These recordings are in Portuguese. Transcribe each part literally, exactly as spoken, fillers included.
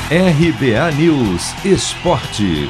R B A News Esporte.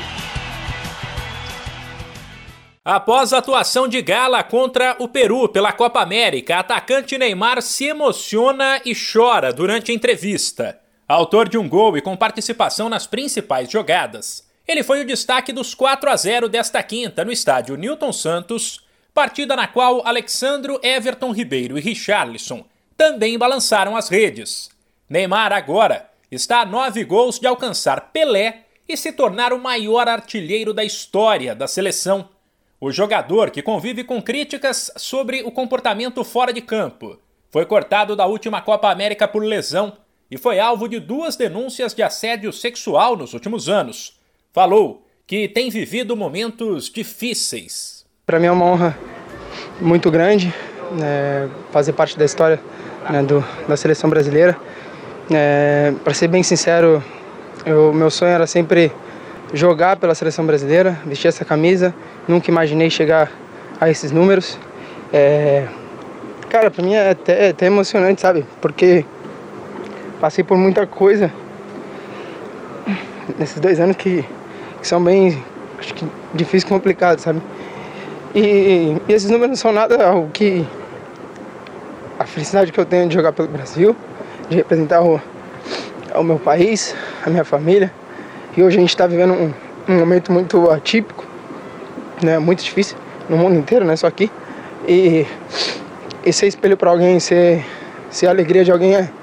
Após a atuação de gala contra o Peru pela Copa América, atacante Neymar se emociona e chora durante a entrevista. Autor de um gol e com participação nas principais jogadas, ele foi o destaque dos quatro a zero desta quinta no estádio Newton Santos, partida na qual Alexandro, Everton Ribeiro e Richarlison também balançaram as redes. Neymar agora está a nove gols de alcançar Pelé e se tornar o maior artilheiro da história da seleção. O jogador, que convive com críticas sobre o comportamento fora de campo, foi cortado da última Copa América por lesão e foi alvo de duas denúncias de assédio sexual nos últimos anos. Falou que tem vivido momentos difíceis. Para mim é uma honra muito grande, né, fazer parte da história, né, do, da seleção brasileira. É, para ser bem sincero, o meu sonho era sempre jogar pela seleção brasileira, vestir essa camisa. Nunca imaginei chegar a esses números. É, cara, para mim é até, é até emocionante, sabe? Porque passei por muita coisa nesses dois anos que, que são bem, acho que difíceis e complicados, sabe? E, e esses números não são nada ao que a felicidade que eu tenho de jogar pelo Brasil, de representar o, o meu país, a minha família. E hoje a gente está vivendo um, um momento muito atípico, né, muito difícil no mundo inteiro, não é só aqui. E, e ser espelho para alguém, ser, ser a alegria de alguém é,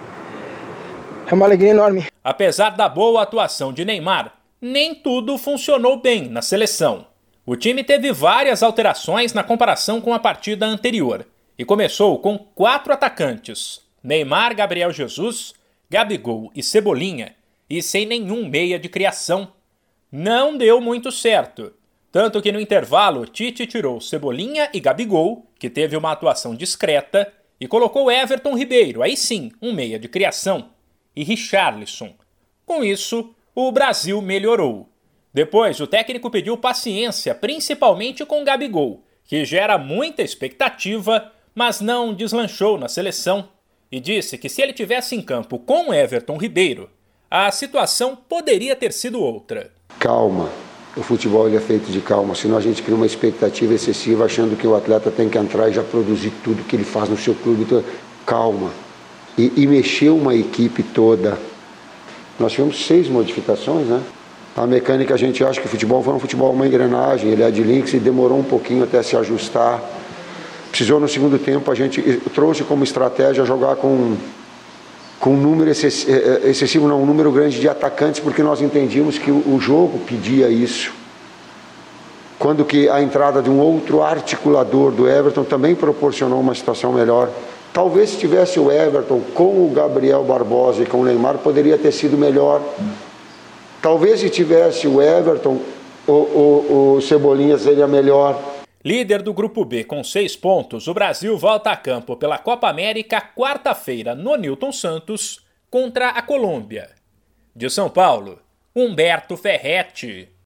é uma alegria enorme. Apesar da boa atuação de Neymar, nem tudo funcionou bem na seleção. O time teve várias alterações na comparação com a partida anterior e começou com quatro atacantes: Neymar, Gabriel Jesus, Gabigol e Cebolinha, e sem nenhum meia de criação. Não deu muito certo, tanto que no intervalo Tite tirou Cebolinha e Gabigol, que teve uma atuação discreta, e colocou Everton Ribeiro, aí sim, um meia de criação, e Richarlison. Com isso, o Brasil melhorou. Depois, o técnico pediu paciência, principalmente com Gabigol, que gera muita expectativa, mas não deslanchou na seleção, e disse que se ele tivesse em campo com Everton Ribeiro, a situação poderia ter sido outra. Calma. O futebol ele é feito de calma, senão a gente cria uma expectativa excessiva achando que o atleta tem que entrar e já produzir tudo que ele faz no seu clube. Então, calma. E, e mexer uma equipe toda. Nós tivemos seis modificações, né? A mecânica, a gente acha que o futebol foi um futebol, uma engrenagem, ele é de links e demorou um pouquinho até se ajustar. Precisou no segundo tempo, a gente trouxe como estratégia jogar com, com um número excessivo, não, um número grande de atacantes, porque nós entendíamos que o, o jogo pedia isso. Quando que a entrada de um outro articulador do Everton também proporcionou uma situação melhor. Talvez se tivesse o Everton com o Gabriel Barbosa e com o Neymar, poderia ter sido melhor. Talvez se tivesse o Everton, o, o, o Cebolinha seria melhor. Líder do Grupo B com seis pontos, o Brasil volta a campo pela Copa América quarta-feira no Newton Santos contra a Colômbia. De São Paulo, Humberto Ferretti.